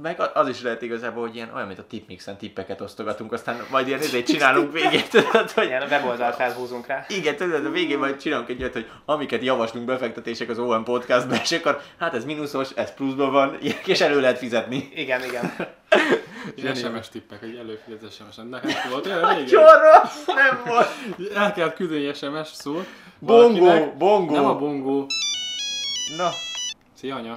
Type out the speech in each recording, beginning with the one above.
meg az is lehet igazából, hogy ilyen olyan, mint a Tipmixen tippeket osztogatunk, aztán majd ilyen ezért csinálunk végét, tudod, hogy... Ilyen weboldalt felhúzunk rá. Igen, tudod, a végén majd csinálunk egy olyat, hogy amiket javaslunk befektetések az OM Podcastban, és akkor hát ez mínuszos, ez pluszban van, és elő lehet fizetni. Igen. Ilyen SMS tippek, hogy előfizet SMS-en. Nekem volt olyan régen. Csorra! Nem volt! El kellett küldeni egy SMS szót. Bongó! Nem a bongó. Na. Szia, anya.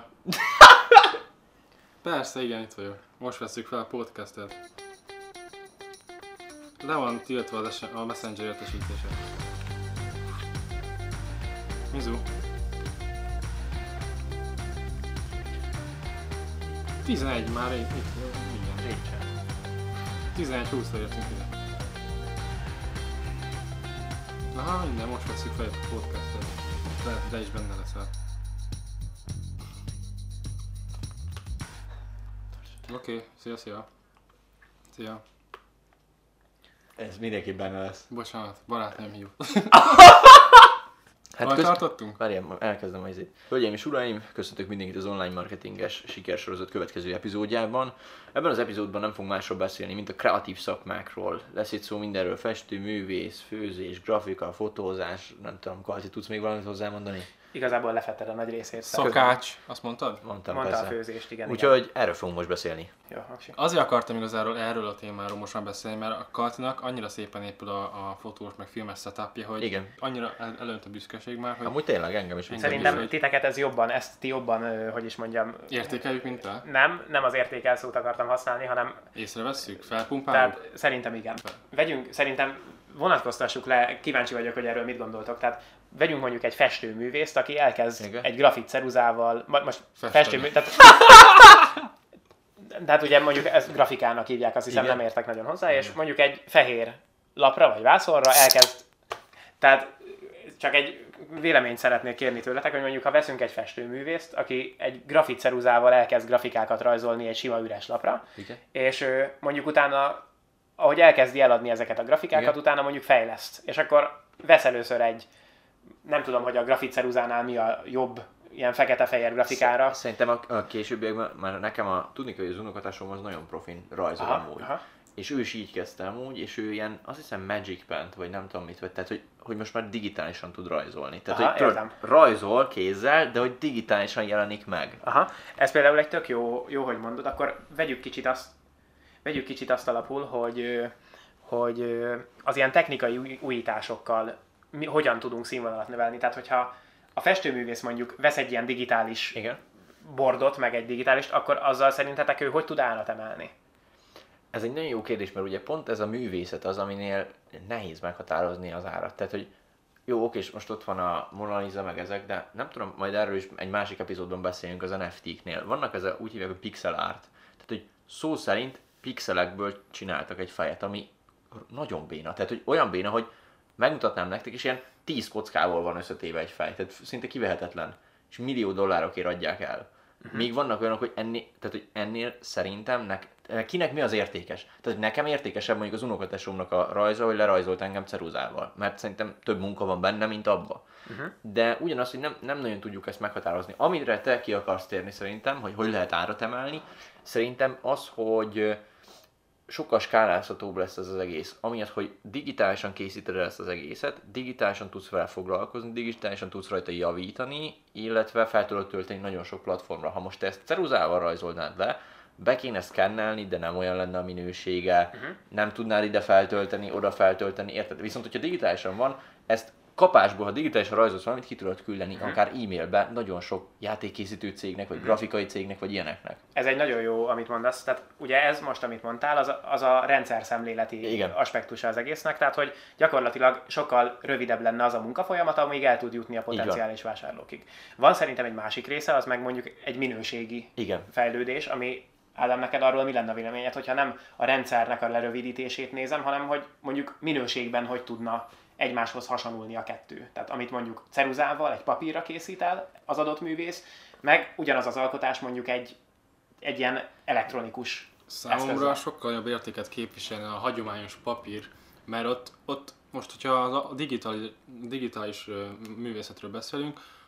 Persze, igen, itt vagyok. Most veszük fel a podcastet. Le van tiltva a Messenger értesítése. Mizu. 11 már itt igen. 11-20-ra értünk ide. Aha, minden, most veszük fel a podcastet. De is benne leszel. Oké, szia. Ez mindenki benne lesz. Bocsánat, barátnőm hív. Hát Hol tartottunk? Várjál, elkezdem az itt. Hölgyeim és uraim, köszöntök mindenkit az online marketinges sikersorozat következő epizódjában. Ebben az epizódban nem fogunk másról beszélni, mint a kreatív szakmákról. Lesz itt szó mindenről: festő, művész, főzés, grafika, fotózás, nem tudom, Kalti, tudsz még valamit hozzámondani? Igazából lefetted a nagy részét. Szakács, azt mondtad? Mondtam Mondta a persze. főzést, igen. Úgyhogy erről fogunk most beszélni. Jó, aksi. Azért akartam igazából erről a témáról most már beszélni, mert a Kaltinak annyira szépen épül a fotós meg filmes setupja, hogy Igen. annyira elönt a büszkeség már, hogy Amúgy tényleg engem is. Szerintem titeket ez jobban, ezt ti jobban, hogy is mondjam... értékeljük, mint te. Nem az értékel szót akartam használni, hanem... Észrevesszük, felpumpáljuk. Tehát szerintem igen. Szerintem vonatkoztassuk le, kíváncsi vagyok, hogy erről mit gondoltok. Tehát vegyünk mondjuk egy festőművészt, aki elkezd Igen. egy grafit ceruzával, most Festeni. tehát ugye mondjuk ezt grafikának hívják, azt hiszem, Igen. nem értek nagyon hozzá, és mondjuk egy fehér lapra vagy vászonra elkezd, tehát csak egy véleményt szeretnék kérni tőletek, hogy mondjuk ha veszünk egy festőművészt, aki egy grafit ceruzával elkezd grafikákat rajzolni egy sima üres lapra, Igen. és mondjuk utána, ahogy elkezdi eladni ezeket a grafikákat, Igen. utána mondjuk fejleszt, és akkor vesz először egy, nem tudom, hogy a grafit ceruzánál mi a jobb ilyen fekete-fehér grafikára. Szerintem a későbbiekben már nekem tudni kell, hogy az unokatásom az nagyon profin rajzol amúgy. És ő is így kezdte amúgy, és ő ilyen, azt hiszem Magic Pen-t, vagy nem tudom mit vett, tehát hogy most már digitálisan tud rajzolni. Tehát Aha, hogy tudod, értem. rajzol kézzel, de hogy digitálisan jelenik meg. Aha, ez például egy tök jó, hogy mondod, akkor vegyük kicsit azt alapul, hogy az ilyen technikai újításokkal hogyan tudunk színvonalat növelni. Tehát, hogyha a festőművész mondjuk vesz egy ilyen digitális Igen. bordot, meg egy digitálist, akkor azzal szerintetek ő hogy tud árat emelni? Ez egy nagyon jó kérdés, mert ugye pont ez a művészet az, aminél nehéz meghatározni az árat. Tehát, hogy jó, oké, és most ott van a Mona Lisa meg ezek, de nem tudom, majd erről is egy másik epizódban beszéljünk az NFT-knél. Vannak ez úgy hívják, hogy pixel art. Tehát, hogy szó szerint pixelekből csináltak egy fejet, ami nagyon béna. Tehát, hogy olyan béna, hogy megmutatnám nektek, és ilyen 10 kockából van összetéve egy fej. Tehát szinte kivehetetlen. És millió dollárokért adják el. Még vannak olyanok, hogy ennél szerintem kinek mi az értékes? Tehát hogy nekem értékesebb mondjuk az unokatesómnak a rajza, hogy lerajzolt engem ceruzával, mert szerintem több munka van benne, mint abba. De ugyanaz, hogy nem nagyon tudjuk ezt meghatározni. Amire te ki akarsz térni szerintem, hogy lehet árat emelni, szerintem az, hogy sokkal skálázhatóbb lesz ez az egész. Amiatt, hogy digitálisan készíted el ezt az egészet, digitálisan tudsz vele foglalkozni, digitálisan tudsz rajta javítani, illetve fel tudod tölteni nagyon sok platformra. Ha most te ezt ceruzával rajzolnád le, be kéne szkennelni, de nem olyan lenne a minősége, nem tudnád ide feltölteni, oda feltölteni, érted? Viszont, hogyha digitálisan van, ezt kapásból, ha digitálisan rajzolsz valamit, ki tudod küldeni, akár e-mailbe nagyon sok játékkészítő cégnek, vagy grafikai cégnek, vagy ilyeneknek. Ez egy nagyon jó, amit mondasz. Tehát ugye ez most, amit mondtál, az a rendszer szemléleti Igen. aspektusa az egésznek. Tehát, hogy gyakorlatilag sokkal rövidebb lenne az a munkafolyamat, amíg el tud jutni a potenciális vásárlókig. Van szerintem egy másik része, az meg mondjuk egy minőségi Igen. fejlődés, ami Ádám, neked arról mi lenne a véleményed, hogyha nem a rendszernek a lerövidítését nézem, hanem hogy mondjuk minőségben hogy tudna egymáshoz hasonlulni a kettő. Tehát amit mondjuk ceruzával, egy papírra készít el az adott művész, meg ugyanaz az alkotás mondjuk egy ilyen elektronikus Számomra eszközzel. sokkal jobb értéket képviselne a hagyományos papír, mert ott most, hogyha a digitális művészetről beszélünk,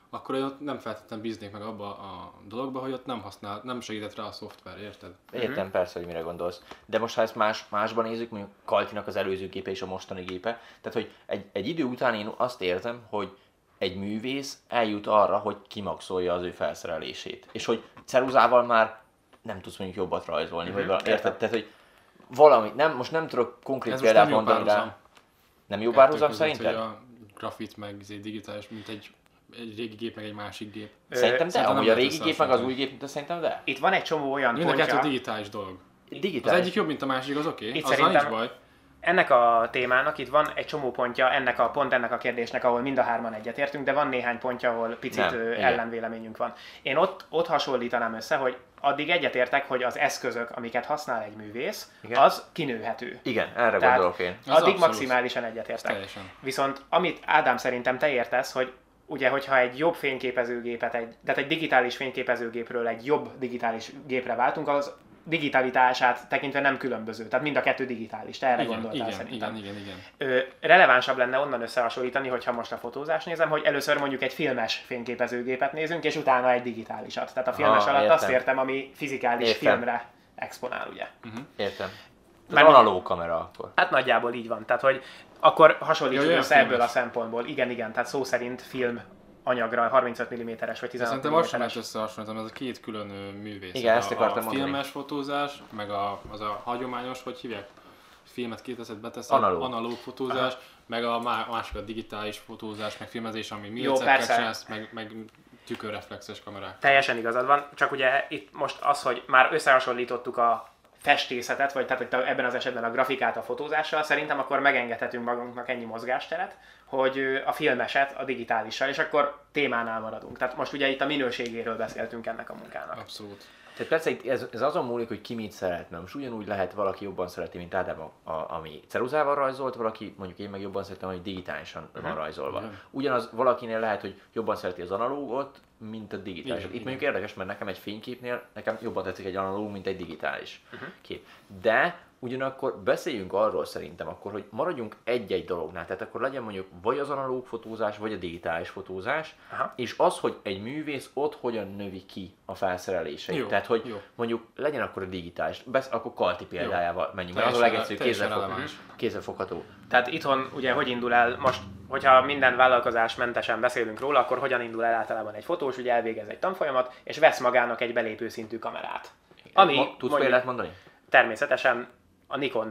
akkor én ott nem feltétlenül bíznék meg abba a dologba, hogy ott nem segített rá a szoftver, érted? Értem persze, hogy mire gondolsz. De most ha ezt másban nézzük, mondjuk Kaltinak az előző gépe és a mostani gépe, tehát hogy egy idő után én azt érzem, hogy egy művész eljut arra, hogy kimaxolja az ő felszerelését. És hogy ceruzával már nem tudsz mondjuk jobbat rajzolni, vagy valami, érted? Tehát, hogy valami, most nem tudok konkrét Ez példát most nem jó mondani rá. párhuzam. Nem jó Kettő párhuzam között, szerinted? hogy a grafit meg digitális, mint egy régi gép, meg egy másik gép. Szerintem de, szerintem amúgy nem a lehet régi gép meg az új összehasonlítani. gép, de szerintem de. Itt van egy csomó olyan Mind a kettő pontja, digitális dolog. Az Digitális. egyik jobb, mint a másik, az oké. Itt Azzal szerintem- nincs baj. ennek a témának itt van egy csomó pontja, ennek a kérdésnek, ahol mind a hárman egyetértünk, de van néhány pontja, ahol picit Nem, igen. ellenvéleményünk van. Én ott hasonlítanám össze, hogy addig egyetértek, hogy az eszközök, amiket használ egy művész, Igen. az kinőhető. Igen, erre Tehát- gondolok én. Az Addig abszolút. maximálisan egyetértek. Teljesen. Viszont amit Ádám szerintem te értesz, hogy ugye, hogyha egy jobb fényképezőgépet, tehát egy digitális fényképezőgépről egy jobb digitális gépre váltunk, az digitalitását tekintve nem különböző. Tehát mind a kettő digitális. Te erre gondoltál szerintem. Igen. Relevánsabb lenne onnan összehasonlítani, hogyha most a fotózást nézem, hogy először mondjuk egy filmes fényképezőgépet nézünk, és utána egy digitálisat. Tehát a filmes alatt értem. azt értem, ami fizikális Értem. filmre exponál, ugye. Értem. Az Már- analóg kamera akkor. Hát nagyjából így van. Tehát, hogy akkor hasonlítsuk Jó, olyan össze ebből a filmes. szempontból. Igen, tehát szó szerint film anyagra 35 mm-es vagy 16 Szerintem azt sem mm-es. lehet összehasonlítani, ez a két külön művész. Igen, ezt akartam a mondani. filmes fotózás, meg az a hagyományos, hogy hívják? Filmet kiteszed, beteszed, analóg fotózás, meg a másik a digitális fotózás, meg filmezés, ami millicekkel persze. csinálsz, meg tükörreflexes kamerák. Teljesen igazad van, csak ugye itt most az, hogy már összehasonlítottuk a festészetet, vagy tehát hogy ebben az esetben a grafikát a fotózással, szerintem akkor megengedhetünk magunknak ennyi mozgásteret, hogy a filmeset a digitálissal, és akkor témánál maradunk. Tehát most ugye itt a minőségéről beszéltünk ennek a munkának. Abszolút. Tehát persze itt ez azon múlik, hogy ki mit szeret, mert most ugyanúgy lehet valaki jobban szereti, mint Ádám, ami ceruzával rajzolt, valaki, mondjuk én meg jobban szeretem, hogy digitálisan van rajzolva. Igen. Ugyanaz valakinél lehet, hogy jobban szereti az analógot, mint a digitális. Igen, Itt igen. mondjuk érdekes, mert nekem egy fényképnél nekem jobban tetszik egy analóg, mint egy digitális kép. De ugyanakkor beszéljünk arról szerintem akkor, hogy maradjunk egy-egy dolognál, tehát akkor legyen mondjuk vagy az analóg fotózás, vagy a digitális fotózás, Aha. és az, hogy egy művész ott hogyan növi ki a felszereléseit. Jó, Tehát, hogy jó. mondjuk legyen akkor a digitális, akkor Kalti példájával menjünk, mert az a Teljesen- legegyszerűbb teljesen releváns. kézzelfogható. Tehát itthon ugye hogy indul el, most, hogyha minden vállalkozás mentesen beszélünk róla, akkor hogyan indul el általában egy fotós, ugye elvégez egy tanfolyamat, és vesz magának egy belépő szintű kamerát. Ami Tudsz mondjuk, példát mondani? természetesen a Nikon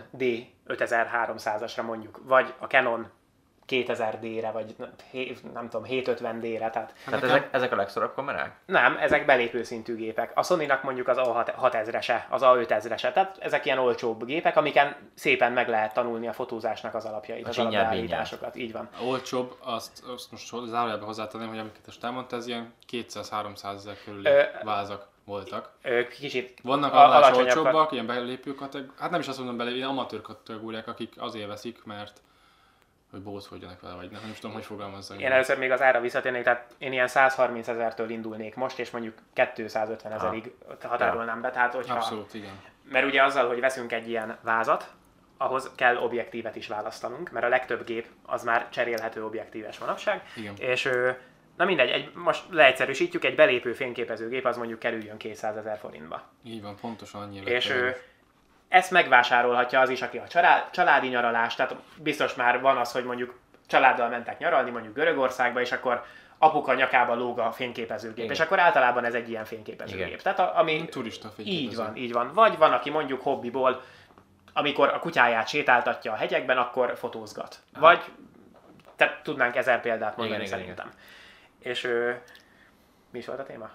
D5300-asra mondjuk, vagy a Canon 2000D-re, vagy nem tudom, 750D-re, tehát Tehát ezek a legszorabb kamerák? nem, ezek belépő szintű gépek. A Sony-nak mondjuk az A6000-ese, az A5000-ese, tehát ezek ilyen olcsóbb gépek, amiken szépen meg lehet tanulni a fotózásnak az alapjait, az csinyát, alapbeállításokat. Így van. Olcsóbb, azt most zárójelbe hozzátenném, hogy amiket most elmondtál, ez ilyen 200-300 ezer körüli vázak voltak. Kicsit Vannak annál alacsonyabb. olcsóbbak, ilyen belépő kategóriák, hát nem is azt mondom belépő, ilyen amatőr kategóriák, akik azért veszik, mert hogy bózkodjanak vele, vagy nem is tudom, hogy fogalmazzak. Én először még az ára visszatérnék, tehát én ilyen 130 000-től indulnék most, és mondjuk 250 000-ig határolnám be. Tehát, hogyha, Abszolút, igen. mert ugye azzal, hogy veszünk egy ilyen vázat, ahhoz kell objektívet is választanunk, mert a legtöbb gép az már cserélhető objektíves manapság. Igen. És na mindegy, most leegyszerűsítjük, egy belépő fényképezőgép az mondjuk kerüljön 200 000 forintba. Így van, pontosan annyi. És ezt megvásárolhatja az is, aki a családi nyaralás, tehát biztos már van az, hogy mondjuk családdal mentek nyaralni, mondjuk Görögországba, és akkor apuka nyakába lóg a fényképezőgép, Igen. és akkor általában ez egy ilyen fényképezőgép. Igen. Tehát ami turista fényképező. így van. Vagy van, aki mondjuk hobbiból, amikor a kutyáját sétáltatja a hegyekben, akkor fotózgat. Vagy tehát tudnánk 1000 példát mondani Igen, szerintem. És mi is volt a téma?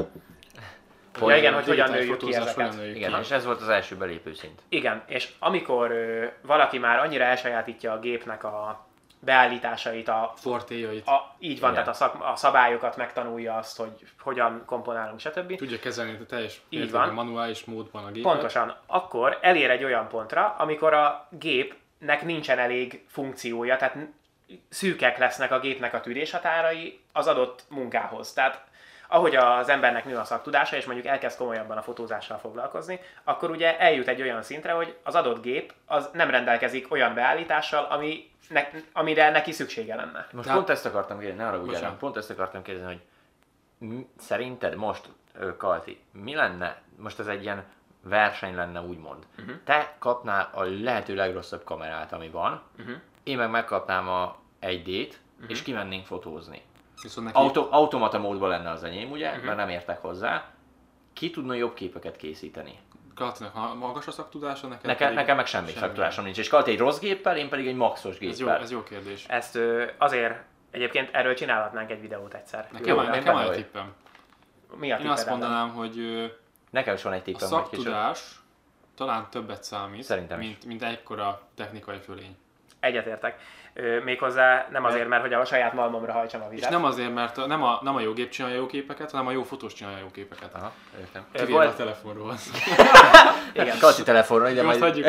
Hogy Ja, igen, hogy digitális hogyan nőjük ki fotózás, ezeket. hogyan nőjük Igen, ki. és ez volt az első belépő szint. Igen, és amikor valaki már annyira elsajátítja a gépnek a beállításait, Fortéjait. így van, Igen. tehát a szabályokat megtanulja azt, hogy hogyan komponálunk, stb. Tudja kezelni a teljes Így értelemben, van. manuális módban a gépet. Pontosan, akkor elér egy olyan pontra, amikor a gépnek nincsen elég funkciója, tehát szűkek lesznek a gépnek a tűréshatárai az adott munkához. Tehát ahogy az embernek nő a szaktudása, és mondjuk elkezd komolyabban a fotózással foglalkozni, akkor ugye eljut egy olyan szintre, hogy az adott gép az nem rendelkezik olyan beállítással, amire neki szüksége lenne. Most Na- pont ezt akartam kérdezni, ne haragudj Bocsánat. el, pont ezt akartam kérdezni, hogy szerinted most, Kalti, mi lenne, most ez egy ilyen verseny lenne úgymond. Te kapnál a lehető legrosszabb kamerát, ami van, én meg megkapnám a 1D-t, és kimennénk fotózni. Automata módban lenne az enyém, ugye, mert nem értek hozzá. Ki tudna jobb képeket készíteni? Kaltinak magas a szaktudása, nekem meg semmi szaktudásom nincs. És Kalti egy rossz géppel, én pedig egy maxos géppel. Ez jó kérdés. Ezt azért, egyébként erről csinálhatnánk egy videót egyszer. Nekem van egy tippem. Mi a Én azt mondanám, hogy nekem is van egy tippem. A szaktudás talán többet számít, mint ekkora technikai fölény. Egyetértek. Méghozzá nem azért, mert hogy a saját malmomra hajtsam a vizet. És nem azért, mert nem a jó gép csinálja jó képeket, hanem a jó fotós csinálja jó képeket. Aha, értem. Kivéve a telefonról. Igen. Kalti telefonról, ide majd... hagyjuk,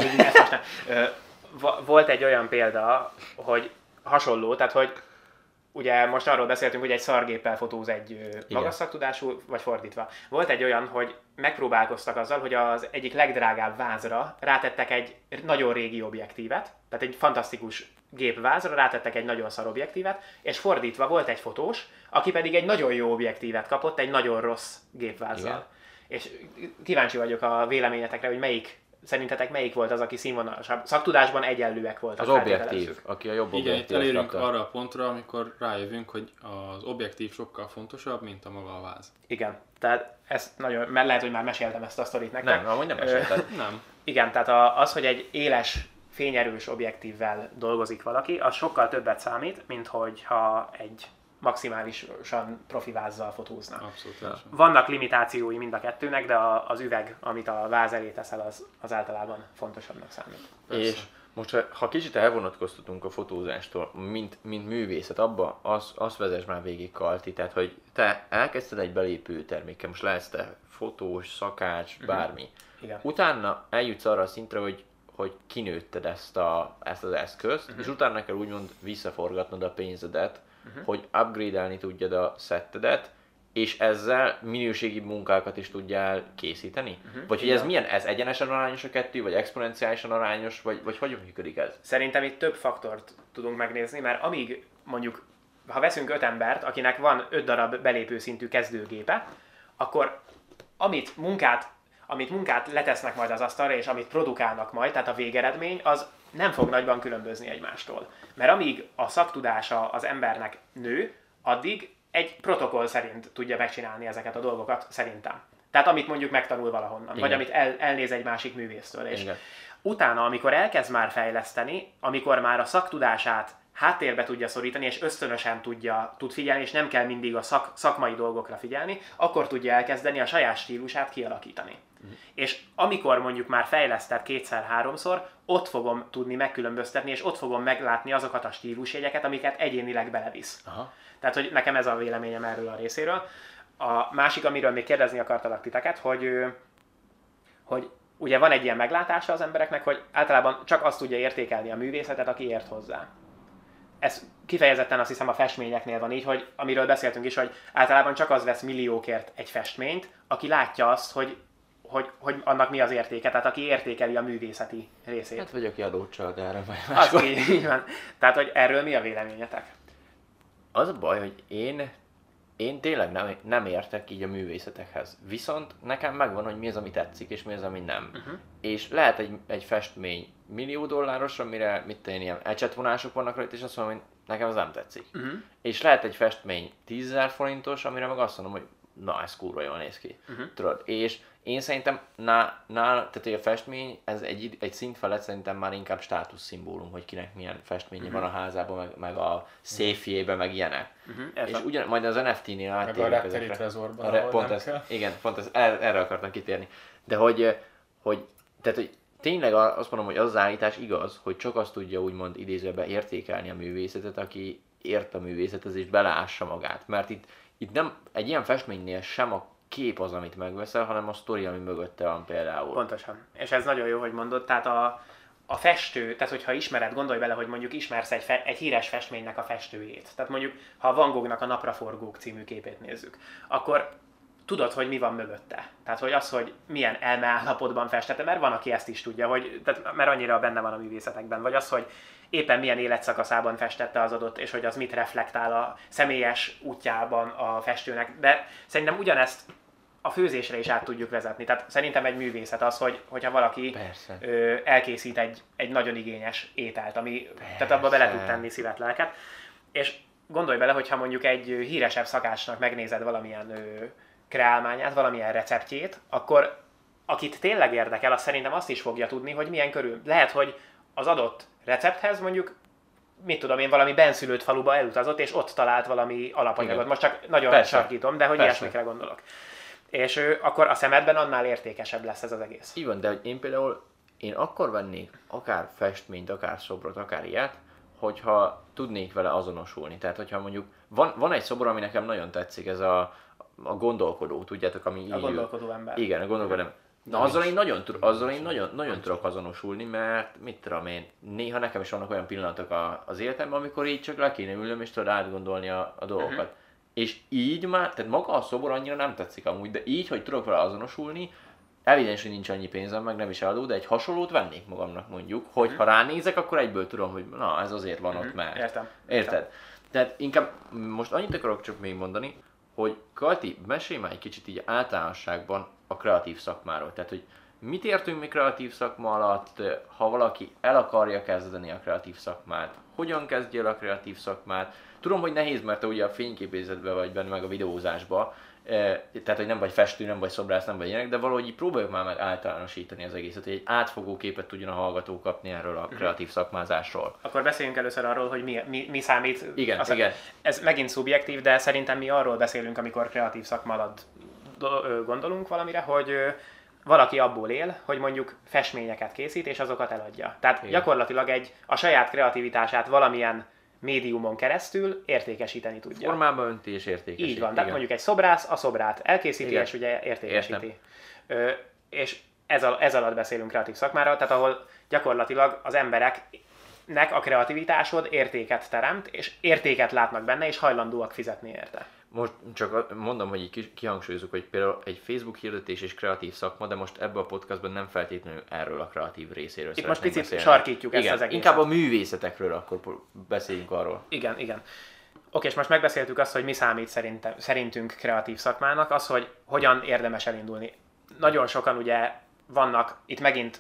volt egy olyan példa, hogy hasonló, tehát hogy ugye most arról beszéltünk, hogy egy szargéppel fotóz egy magas szaktudású, vagy fordítva. Volt egy olyan, hogy megpróbálkoztak azzal, hogy az egyik legdrágább vázra rátettek egy nagyon régi objektívet, tehát egy fantasztikus gépvázra rátettek egy nagyon szar objektívet, és fordítva volt egy fotós, aki pedig egy nagyon jó objektívet kapott egy nagyon rossz gépvázzal. Igen. És kíváncsi vagyok a véleményetekre, hogy szerintetek melyik volt az, aki színvonalasabb? Szaktudásban egyenlőek voltak. Az objektív, aki a jobb objektív. Igen, elérünk arra a pontra, amikor rájövünk, hogy az objektív sokkal fontosabb, mint a maga a váz. Igen, tehát ezt nagyon, mert lehet, hogy már meséltem ezt a sztorit nektek. Nem, amúgy nem mesélted. Nem. Igen, tehát az, hogy egy éles, fényerős objektívvel dolgozik valaki, az sokkal többet számít, mint hogyha egy maximálisan profi vázzal fotózna. Abszolút. Vannak limitációi mind a kettőnek, de az üveg, amit a váz elé teszel, az általában fontosabbnak számít. Persze. És most, ha kicsit elvonatkoztatunk a fotózástól, mint művészet, abba azt vezess már végig, Kalti, tehát hogy te elkezdted egy belépő termékkel, most lehetsz te fotós, szakács, bármi. Igen. Utána eljutsz arra a szintre, hogy kinőtted ezt az eszközt, és utána kell úgymond visszaforgatnod a pénzedet, hogy upgrade-elni tudjad a szettedet, és ezzel minőségi munkákat is tudjál készíteni? Vagy hogy ez milyen? Ez egyenesen arányos a kettő, vagy exponenciálisan arányos, vagy hogy működik ez? Szerintem itt több faktort tudunk megnézni, mert amíg mondjuk, ha veszünk 5 embert, akinek van 5 darab belépő szintű kezdőgépe, akkor amit munkát letesznek majd az asztalra, és amit produkálnak majd, tehát a végeredmény, az nem fog nagyban különbözni egymástól. Mert amíg a szaktudása az embernek nő, addig egy protokoll szerint tudja megcsinálni ezeket a dolgokat, szerintem. Tehát amit mondjuk megtanul valahonnan, igen, vagy amit elnéz egy másik művésztől. És utána, amikor elkezd már fejleszteni, amikor már a szaktudását háttérbe tudja szorítani, és ösztönösen tud figyelni, és nem kell mindig a szakmai dolgokra figyelni, akkor tudja elkezdeni a saját stílusát kialakítani. És amikor mondjuk már fejlesztett 2-3-szor, ott fogom tudni megkülönböztetni, és ott fogom meglátni azokat a stílusjegyeket, amiket egyénileg belevisz. Aha. Tehát, hogy nekem ez a véleményem erről a részéről. A másik, amiről még kérdezni akartalak titeket, hogy ugye van egy ilyen meglátása az embereknek, hogy általában csak azt tudja értékelni a művészetet, aki ért hozzá. Ez kifejezetten azt hiszem a festményeknél van így, hogy amiről beszéltünk is, hogy általában csak az vesz milliókért egy festményt, aki látja azt, hogy annak mi az értéke, tehát aki értékeli a művészeti részét. Hát vagy aki adócsalad erre majd máskor. Az így van. Tehát, hogy erről mi a véleményetek? Az a baj, hogy én tényleg nem értek így a művészetekhez. Viszont nekem megvan, hogy mi az, ami tetszik, és mi az, ami nem. És lehet egy festmény $1 millió, amire ilyen ecsetvonások vannak rajta, és azt mondom, hogy nekem az nem tetszik. És lehet egy festmény 10 000 forintos, amire meg azt mondom, hogy na, ez kurva jól néz ki. Tudod? És én szerintem tehát hogy a festmény, ez egy szint felett szerintem már inkább státuszszimbólum, hogy kinek milyen festménye van a házában, meg a széfjében, meg ilyenek. És majd az NFT-nél áttérünk ezekre. Igen, pont erre akartam kitérni. De hogy tényleg azt mondom, hogy az az állítás igaz, hogy csak azt tudja úgymond idézőben értékelni a művészetet, aki ért a művészethez és beleássa magát. Mert itt nem egy ilyen festménynél sem a kép az, amit megveszel, hanem a sztori, ami mögötte van például. Pontosan. És ez nagyon jó, hogy mondod. Tehát a festő, tehát hogyha ismered, gondolj bele, hogy mondjuk ismersz egy híres festménynek a festőjét. Tehát mondjuk, ha a Van Goghnak a Napraforgók című képét nézzük, akkor tudod, hogy mi van mögötte. Tehát, hogy az, hogy milyen elmeállapotban festette, mert van, aki ezt is tudja, mert annyira benne van a művészetekben, vagy az, hogy éppen milyen életszakaszában festette az adott, és hogy az mit reflektál a személyes útjában a festőnek. De szerintem ugyanezt a főzésre is át tudjuk vezetni. Tehát szerintem egy művészet az, hogyha valaki elkészít egy nagyon igényes ételt, tehát abba bele tud tenni szívet, lelket. És gondolj bele, hogyha mondjuk egy híresebb szakácsnak megnézed valamilyen kreálmányát, valamilyen receptjét, akkor akit tényleg érdekel, az szerintem azt is fogja tudni, hogy milyen körül. Lehet, hogy az adott recepthez mondjuk, mit tudom én, valami benszülött faluba elutazott, és ott talált valami alapanyagot. Igen. Most csak nagyon sarkítom, de hogy ilyesmikre gondolok. És akkor a szemedben annál értékesebb lesz ez az egész. Így van, de hogy én akkor vennék akár festményt, akár szobrot, akár ilyet, hogyha tudnék vele azonosulni. Tehát, hogyha mondjuk van egy szobor, ami nekem nagyon tetszik, ez a gondolkodó, tudjátok, ami... A gondolkodó ember. Igen, a gondolkodó ember. Na, azzal én nagyon tudok azonosulni, mert mit tudom én, néha nekem is vannak olyan pillanatok az életemben, amikor így csak le kéne ülnöm, és tudod átgondolni a dolgokat. És így már, tehát maga a szobor annyira nem tetszik amúgy, de így, hogy tudok vele azonosulni, evidens, hogy nincs annyi pénzem, meg nem is eladó, de egy hasonlót vennék magamnak mondjuk, hogy ha ránézek, akkor egyből tudom, hogy na, ez azért van ott már. Értem. Érted? Tehát inkább most annyit akarok csak még mondani, hogy Kalti, mesélj már egy kicsit így általánosságban a kreatív szakmáról. Tehát, hogy mit értünk mi kreatív szakma alatt, ha valaki el akarja kezdeni a kreatív szakmát, hogyan kezdje el a kreatív szakmát. Tudom, hogy nehéz, mert te ugye a fényképészetben vagy benne, meg a videózásban, tehát, hogy nem vagy festő, nem vagy szobrász, nem vagy ilyenek, de valahogy így próbáljuk már meg általánosítani az egészet, hogy egy átfogó képet tudjon a hallgató kapni erről a kreatív szakmázásról. Akkor beszéljünk először arról, hogy mi számít. Igen, igen. Ez megint szubjektív, de szerintem mi arról beszélünk, amikor kreatív szakma alatt gondolunk valamire, hogy valaki abból él, hogy mondjuk festményeket készít, és azokat eladja. Tehát igen. Gyakorlatilag a saját kreativitását valamilyen médiumon keresztül értékesíteni tudja. Formában önti és értékesíti. Így van, de mondjuk egy szobrász a szobrát elkészíti, igen. És ugye értékesíti. És ez alatt beszélünk kreatív szakmára, tehát ahol gyakorlatilag az embereknek a kreativitásod értéket teremt, és értéket látnak benne, és hajlandóak fizetni érte. Most csak mondom, hogy így kihangsúlyozunk, hogy például egy Facebook hirdetés és kreatív szakma, de most ebben a podcastban nem feltétlenül erről a kreatív részéről itt most picit sarkítjuk ezt az egészet. Inkább a művészetekről akkor beszéljünk arról. Igen. Oké, és most megbeszéltük azt, hogy mi számít szerintünk kreatív szakmának, az, hogy hogyan érdemes elindulni. Nagyon sokan ugye vannak, itt megint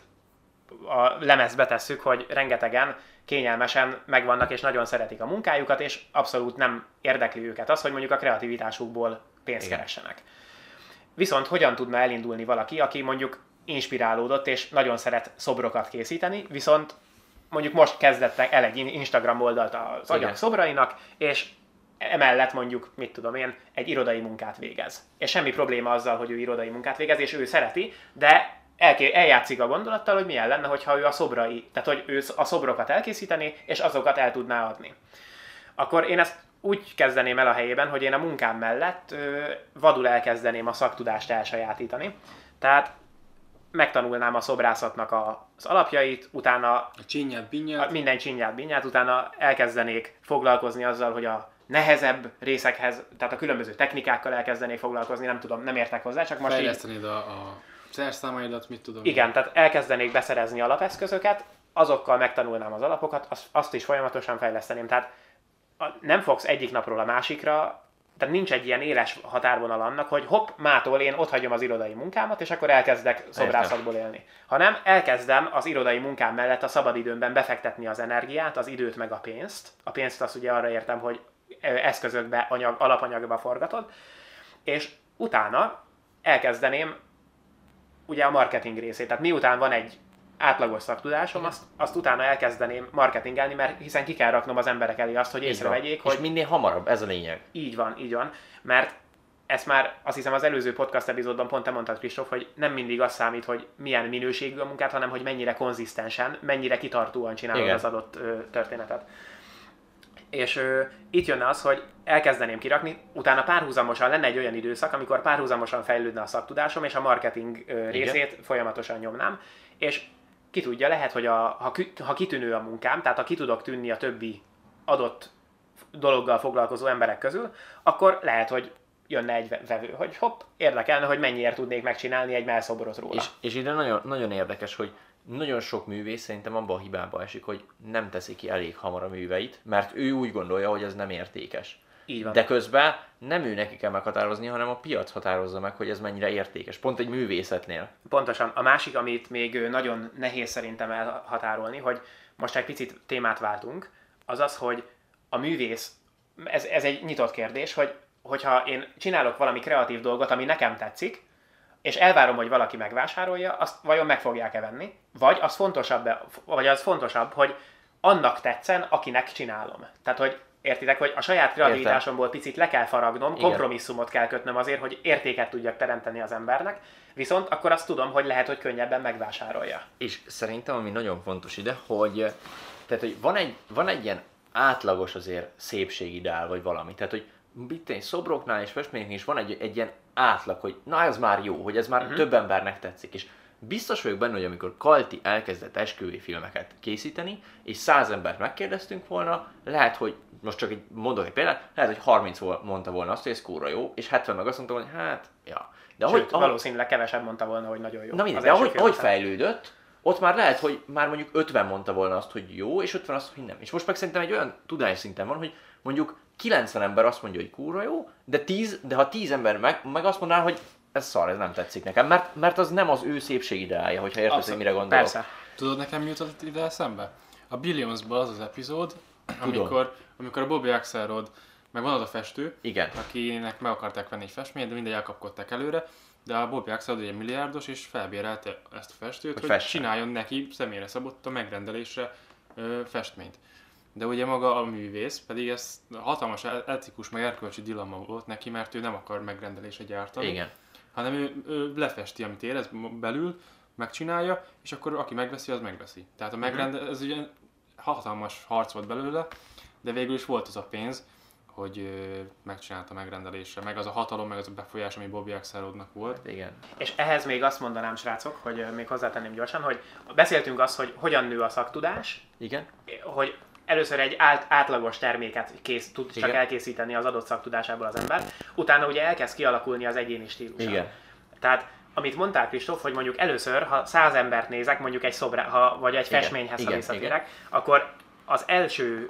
a lemezbe tesszük, hogy rengetegen kényelmesen megvannak és nagyon szeretik a munkájukat, és abszolút nem érdekli őket az, hogy mondjuk a kreativitásukból pénzt keressenek. Viszont hogyan tudna elindulni valaki, aki mondjuk inspirálódott és nagyon szeret szobrokat készíteni, viszont mondjuk most kezdett el egy Instagram oldalt az agyak szobrainak, és emellett mondjuk, mit tudom én, egy irodai munkát végez. És semmi probléma azzal, hogy ő irodai munkát végez, és ő szereti, de eljátszik a gondolattal, hogy milyen lenne, hogyha ő tehát hogy ő a szobrokat elkészíteni, és azokat el tudná adni. Akkor én ezt úgy kezdeném el a helyében, hogy én a munkám mellett vadul elkezdeném a szaktudást elsajátítani. Tehát megtanulnám a szobrászatnak az alapjait, utána minden csinyát-binyát, utána elkezdenék foglalkozni azzal, hogy a nehezebb részekhez, tehát a különböző technikákkal elkezdenék foglalkozni, nem tudom, nem értek hozzá, csak most fejlesztenéd a szerszámaidat, mit tudom. Igen, tehát elkezdenék beszerezni alapeszközöket, azokkal megtanulnám az alapokat, azt is folyamatosan fejleszteném. Tehát nem fogsz egyik napról a másikra, tehát nincs egy ilyen éles határvonal annak, hogy hopp, mától én otthagyom az irodai munkámat, és akkor elkezdek szobrászatból élni. Hanem elkezdem az irodai munkám mellett a szabadidőmben befektetni az energiát, az időt meg a pénzt. A pénzt azt ugye arra értem, hogy eszközökbe, alapanyagba forgatod, és utána elkezdeném ugye a marketing részét. Tehát miután van egy átlagos szaktudásom, azt utána elkezdeném marketingelni, mert hiszen ki kell raknom az emberek elé azt, hogy észrevegyék, hogy... És minél hamarabb, ez a lényeg. Így van. Mert ezt már azt hiszem az előző podcast epizódban pont te mondtad, Kristóf, hogy nem mindig az számít, hogy milyen minőségű a munkát, hanem hogy mennyire konzisztensen, mennyire kitartóan csinálod az adott történetet. És itt jönne az, hogy elkezdeném kirakni, utána párhuzamosan lenne egy olyan időszak, amikor párhuzamosan fejlődne a szaktudásom, és a marketing részét folyamatosan nyomnám, és ki tudja, lehet, hogy ha kitűnő a munkám, tehát ha ki tudok tűnni a többi adott dologgal foglalkozó emberek közül, akkor lehet, hogy jönne egy vevő, hogy hopp, érdekelne, hogy mennyiért tudnék megcsinálni egy mellszobrot róla. És ide nagyon, nagyon érdekes, hogy nagyon sok művész szerintem abban a hibába esik, hogy nem teszi ki elég hamar a műveit, mert ő úgy gondolja, hogy ez nem értékes. Így van. De közben nem ő neki kell meghatározni, hanem a piac határozza meg, hogy ez mennyire értékes. Pont egy művészetnél. Pontosan. A másik, amit még nagyon nehéz szerintem elhatárolni, hogy most egy picit témát váltunk, az az, hogy a művész, ez egy nyitott kérdés, hogyha én csinálok valami kreatív dolgot, ami nekem tetszik, és elvárom, hogy valaki megvásárolja, azt vajon meg fogják-e venni? Vagy az fontosabb, hogy annak tetszen, akinek csinálom. Tehát, hogy értitek, hogy a saját kreativitásomból picit le kell faragnom, kompromisszumot kell kötnöm azért, hogy értéket tudjak teremteni az embernek, viszont akkor azt tudom, hogy lehet, hogy könnyebben megvásárolja. És szerintem, ami nagyon fontos ide, hogy van egy ilyen átlagos azért szépségideál, vagy valami. Tehát, hogy itt szobroknál és festményeknél is van egy ilyen átlag, hogy na ez már jó, hogy ez már több embernek tetszik. És biztos vagyok benne, hogy amikor Kalti elkezdett esküvői filmeket készíteni, és 100 embert megkérdeztünk volna, lehet, hogy most csak mondok egy példát, lehet, hogy 30 mondta volna azt, hogy ez kurva jó, és 70 meg azt mondta volna, hogy hát, ja. De sőt, valószínűleg kevesebb mondta volna, hogy nagyon jó. Na mindegy, de ahogy fejlődött, ott már lehet, hogy már mondjuk 50 mondta volna azt, hogy jó, és 50 azt, hogy nem. És most meg szerintem egy olyan tudásszinten van, hogy mondjuk 90 ember azt mondja, hogy kurva jó, de ha 10 ember meg azt mondaná, hogy ez szar, ez nem tetszik nekem, mert az nem az ő szépségideája, hogyha értesz, hogy mire gondolok. Persze. Tudod, nekem mi jutott ide eszembe? A Billionsból az epizód, amikor a Bobby Axelrod, meg van az a festő, igen, akinek meg akarták venni egy festményt, de mindegy elkapkodták előre, de a Bobby Axelrod egy milliárdos, és felbérelte ezt a festőt, hogy csináljon neki személyre szabott a megrendelésre festményt. De ugye maga a művész pedig ez hatalmas etikus, meg erkölcsi dilemma volt neki, mert ő nem akar megrendelésre gyártani. Igen. Hanem ő lefesti, amit érez belül, megcsinálja, és akkor aki megveszi, az megveszi. Tehát ez ugye hatalmas harc volt belőle, de végül is volt az a pénz, hogy megcsinálta megrendelésre, meg az a hatalom, meg az a befolyás, ami Bobby Axelrodnak volt. Igen. És ehhez még azt mondanám, srácok, hogy még hozzátenném gyorsan, hogy beszéltünk azt, hogy hogyan nő a szaktudás. Igen. Hogy először egy átlagos terméket tud csak elkészíteni az adott szaktudásából az ember, utána ugye elkezd kialakulni az egyéni stílusa. Igen. Tehát, amit mondtál, Kristóf, hogy mondjuk először, ha 100 embert nézek, mondjuk egy szobra, vagy egy festményhez, ha visszatérek, akkor az első,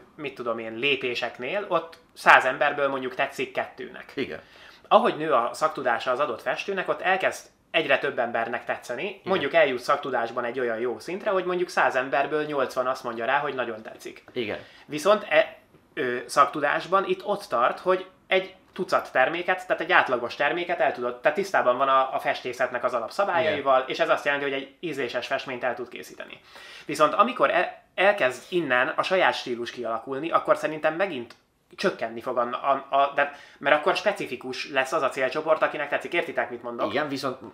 lépéseknél ott 100 emberből mondjuk tetszik 2-nek. Igen. Ahogy nő a szaktudása az adott festőnek, ott elkezd egyre több embernek tetszeni. Igen. Mondjuk eljut szaktudásban egy olyan jó szintre, hogy mondjuk 100 emberből 80 azt mondja rá, hogy nagyon tetszik. Igen. Viszont szaktudásban itt ott tart, hogy egy tucat terméket, tehát egy átlagos terméket el tudod, tehát tisztában van a festészetnek az alapszabályaival, igen. És ez azt jelenti, hogy egy ízléses festményt el tud készíteni. Viszont amikor elkezd innen a saját stílus kialakulni, akkor szerintem megint csökkenni fog mert akkor specifikus lesz az a célcsoport, akinek tetszik. Értitek, mit mondok? Igen,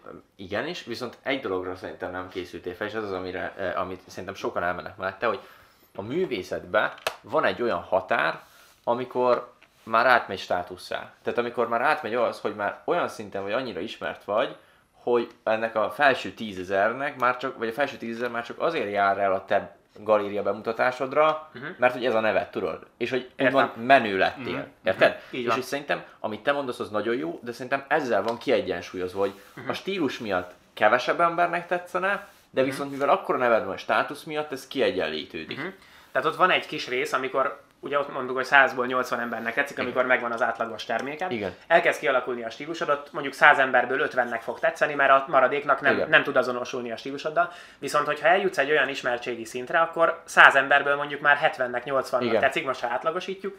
viszont egy dologra szerintem nem készültél fel, és az amit szerintem sokan elmennek mellette, hogy a művészetben van egy olyan határ, amikor már átmegy státusszá. Tehát amikor már átmegy az, hogy már olyan szinten vagy annyira ismert vagy, hogy ennek a felső 10 000-nek vagy a felső 10 000 már csak azért jár el a te galéria bemutatásodra, mert hogy ez a neved, tudod? És hogy úgymond menő lettél. Érted? És hogy szerintem, amit te mondasz, az nagyon jó, de szerintem ezzel van kiegyensúlyozva, hogy a stílus miatt kevesebb embernek tetszene, de viszont mivel akkora neved van a státusz miatt, ez kiegyenlítődik. Tehát ott van egy kis rész, amikor ugye ott mondjuk, hogy 100-ból 80 embernek tetszik, igen. Amikor megvan az átlagos terméket. Igen. Elkezd kialakulni a stílusodot, mondjuk 100 emberből 50-nek fog tetszeni, mert a maradéknak nem tud azonosulni a stílusoddal. Viszont, hogyha eljutsz egy olyan ismertségi szintre, akkor 100 emberből mondjuk már 70-nek, 80-nak tetszik, most ha átlagosítjuk,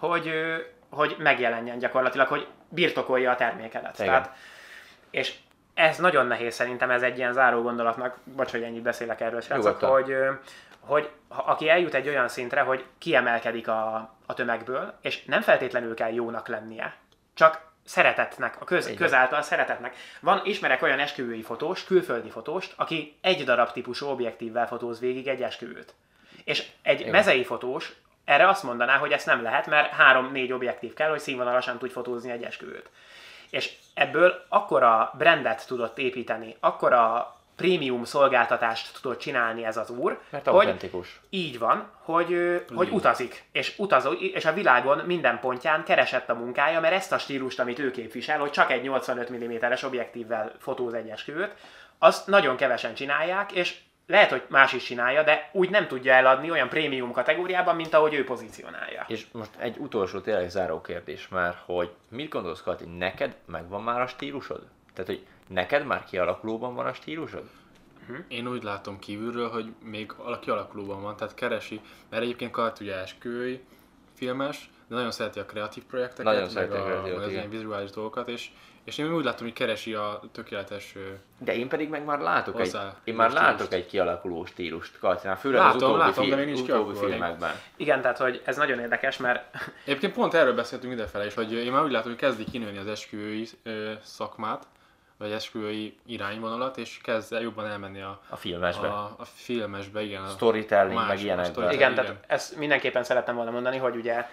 hogy megjelenjen gyakorlatilag, hogy birtokolja a termékedet. Tehát, és ez nagyon nehéz szerintem, ez egy ilyen záró gondolatnak, bocs, hogy ennyit beszélek erről, srácok, hogy aki eljut egy olyan szintre, hogy kiemelkedik a tömegből, és nem feltétlenül kell jónak lennie, csak szeretetnek, a közáltal szeretetnek. Ismerek olyan esküvői fotóst, külföldi fotóst, aki egy darab típusú objektívvel fotóz végig egy esküvőt. És egy mezei fotós erre azt mondaná, hogy ezt nem lehet, mert 3-4 objektív kell, hogy színvonalasan tudj fotózni egy esküvőt. És ebből akkora brandet tudott építeni, akkora prémium szolgáltatást tudott csinálni ez az úr. Mert autentikus. Így van, hogy utazik, és a világon minden pontján keresett a munkája, mert ezt a stílust, amit ő képvisel, hogy csak egy 85 mm-es objektívvel fotóz egy esküvőt, azt nagyon kevesen csinálják, és lehet, hogy más is csinálja, de úgy nem tudja eladni olyan prémium kategóriában, mint ahogy ő pozícionálja. És most egy utolsó tényleg záró kérdés már, hogy mit gondolsz, Kati, neked megvan már a stílusod? Tehát, hogy neked már kialakulóban van a stílusod? Én úgy látom kívülről, hogy még kialakulóban van, tehát keresi, mert egyébként Kati ugye esküvői filmes, de nagyon szereti a kreatív projekteket, nagyon szereti a vizuális dolgokat, és én úgy látom, hogy keresi a tökéletes... De én pedig meg már látok egy kialakuló stílust Katinál, főleg az utóbbi filmekben. Igen, tehát hogy ez nagyon érdekes, mert... Egyébként pont erről beszéltünk idefele is, hogy én már úgy látom, hogy kezdi kinőni az esküvői szakmát, vagy esküvői irányvonalat, és kezd jobban elmenni a filmesbe. A filmesbe, igen. A storytelling, meg ilyenekben. Igen, tehát ezt mindenképpen szerettem volna mondani, hogy ugye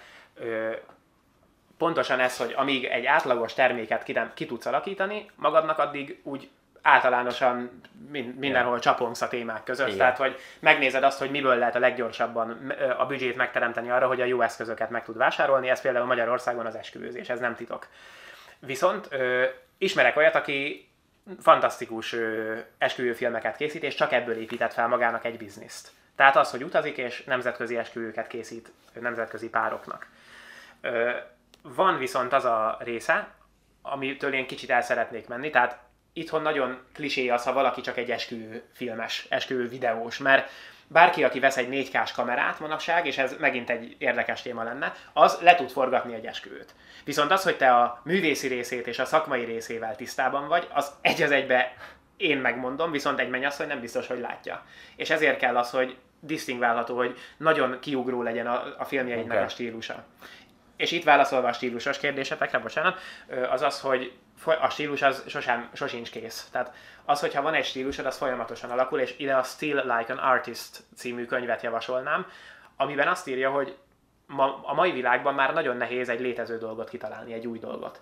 pontosan ez, hogy amíg egy átlagos terméket ki tudsz alakítani, magadnak addig úgy általánosan mindenhol csapongsz a témák között. Igen. Tehát, hogy megnézed azt, hogy miből lehet a leggyorsabban a büdzsét megteremteni arra, hogy a jó eszközöket meg tud vásárolni, ez például Magyarországon az esküvőzés, ez nem titok. Viszont ismerek olyat, aki fantasztikus esküvőfilmeket készít, és csak ebből épített fel magának egy bizniszt. Tehát az, hogy utazik, és nemzetközi esküvőket készít nemzetközi pároknak. Van viszont az a része, amitől én kicsit el szeretnék menni, tehát itthon nagyon klisé az, ha valaki csak egy esküvőfilmes, esküvővideós, mert bárki, aki vesz egy 4K-s kamerát manapság, és ez megint egy érdekes téma lenne, az le tud forgatni egy esküvőt. Viszont az, hogy te a művészi részét és a szakmai részével tisztában vagy, az egy az egybe én megmondom, viszont egy mennyasszony nem biztos, hogy látja. És ezért kell az, hogy disztingválható, hogy nagyon kiugró legyen a filmjeidnek a stílusa. És itt válaszolva a stílusos kérdésetekre, bocsánat, az az, hogy a stílus az sosincs kész. Tehát az, hogyha van egy stílusod, az folyamatosan alakul, és ide a Still Like an Artist című könyvet javasolnám, amiben azt írja, hogy a mai világban már nagyon nehéz egy létező dolgot kitalálni, egy új dolgot.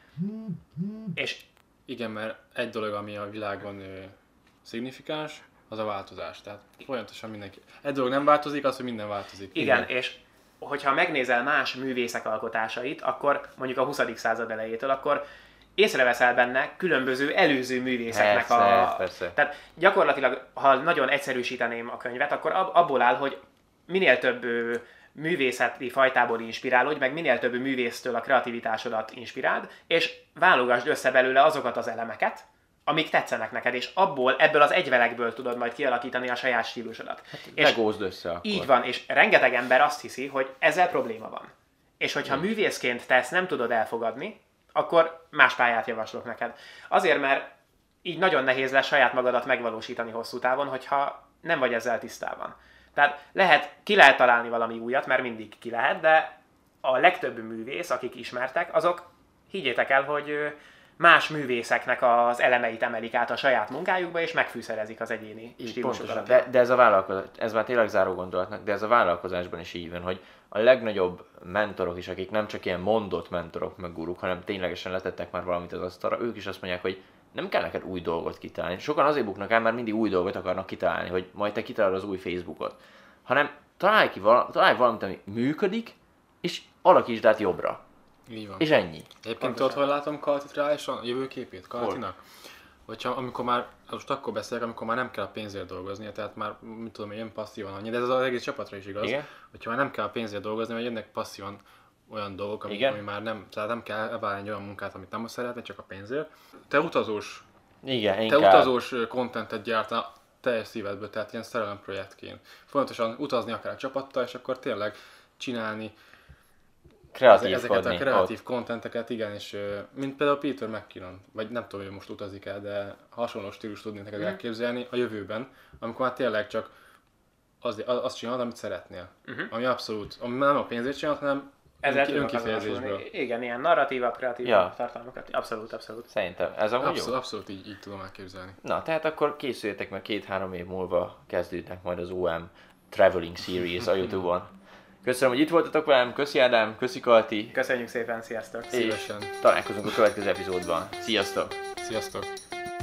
És igen, mert egy dolog, ami a világban szignifikáns, az a változás. Tehát folyamatosan mindenki. Egy dolog nem változik, az, hogy minden változik. Igen, és hogyha megnézel más művészek alkotásait, akkor mondjuk a 20. század elejétől, akkor észreveszel benne különböző előző művészeknek persze. Tehát gyakorlatilag, ha nagyon egyszerűsíteném a könyvet, akkor abból áll, hogy minél több művészeti fajtából inspirálódj, meg minél több művésztől a kreativitásodat inspiráld, és válogasd össze belőle azokat az elemeket, amik tetszenek neked, és ebből az egyvelekből tudod majd kialakítani a saját stílusodat. Legózd össze akkor. Így van, és rengeteg ember azt hiszi, hogy ezzel probléma van. És hogyha művészként te ezt nem tudod elfogadni, akkor más pályát javaslok neked. Azért, mert így nagyon nehéz lesz saját magadat megvalósítani hosszú távon, hogyha nem vagy ezzel tisztában. Tehát ki lehet találni valami újat, mert mindig ki lehet, de a legtöbb művész, akik ismertek, azok higgyétek el, hogy más művészeknek az elemeit emelik át a saját munkájukba, és megfűszerezik az egyéni stílusokat. De ez a vállalkozás, ez már tényleg záró gondolatnak, de ez a vállalkozásban is így van, hogy a legnagyobb mentorok is, akik nem csak ilyen mondott mentorok meg guruk, hanem ténylegesen letettek már valamit az asztalra, ők is azt mondják, hogy nem kell neked új dolgot kitalálni. Sokan azért buknak el, mert mindig új dolgot akarnak kitalálni, hogy majd te kitalálod az új Facebookot. Hanem találj valamit, ami működik, és alakítsd át jobbra. Így van. És ennyi. Egyébként tudod, hogy látom Kaltit reálisan, a jövőképét Kaltinak? Hogyha amikor már, most akkor beszélek, amikor már nem kell a pénzért dolgoznia, tehát már, mit tudom, jön passzívan annyi, de ez az egész csapatra is igaz. Igen? Hogyha már nem kell a pénzért dolgozni, mert jönnek passzívan olyan dolgok, ami már nem, tehát nem kell elvállalni egy olyan munkát, amit nem szeretne, csak a pénzért. Te utazós, utazós contentet gyártál teljes szívedből, tehát ilyen szerelemprojektként. Folyamatosan utazni akár a csapattal, és akkor tényleg csinálni ezeket a kreatív contenteket, igen, és mint például Peter McKinnon, vagy nem tudom, hogy most utazik el, de hasonló stílus tudnék neked elképzelni a jövőben, amikor már tényleg csak azt csinálod, amit szeretnél. Ami abszolút, ami nem a pénzért csinálod, hanem önkifejezésből. Igen, ilyen narratíva, kreatív tartalmakat. Abszolút. Szerintem ez a jó. Abszolút így tudom elképzelni. Na, tehát akkor készüljetek, mert 2-3 év múlva kezdődnek majd az OM Traveling Series a YouTube-on. Köszönöm, hogy itt voltatok velem, köszi Ádám, köszi Kalti. Köszönjük szépen, sziasztok! Szívesen. Találkozunk a következő epizódban. Sziasztok! Sziasztok!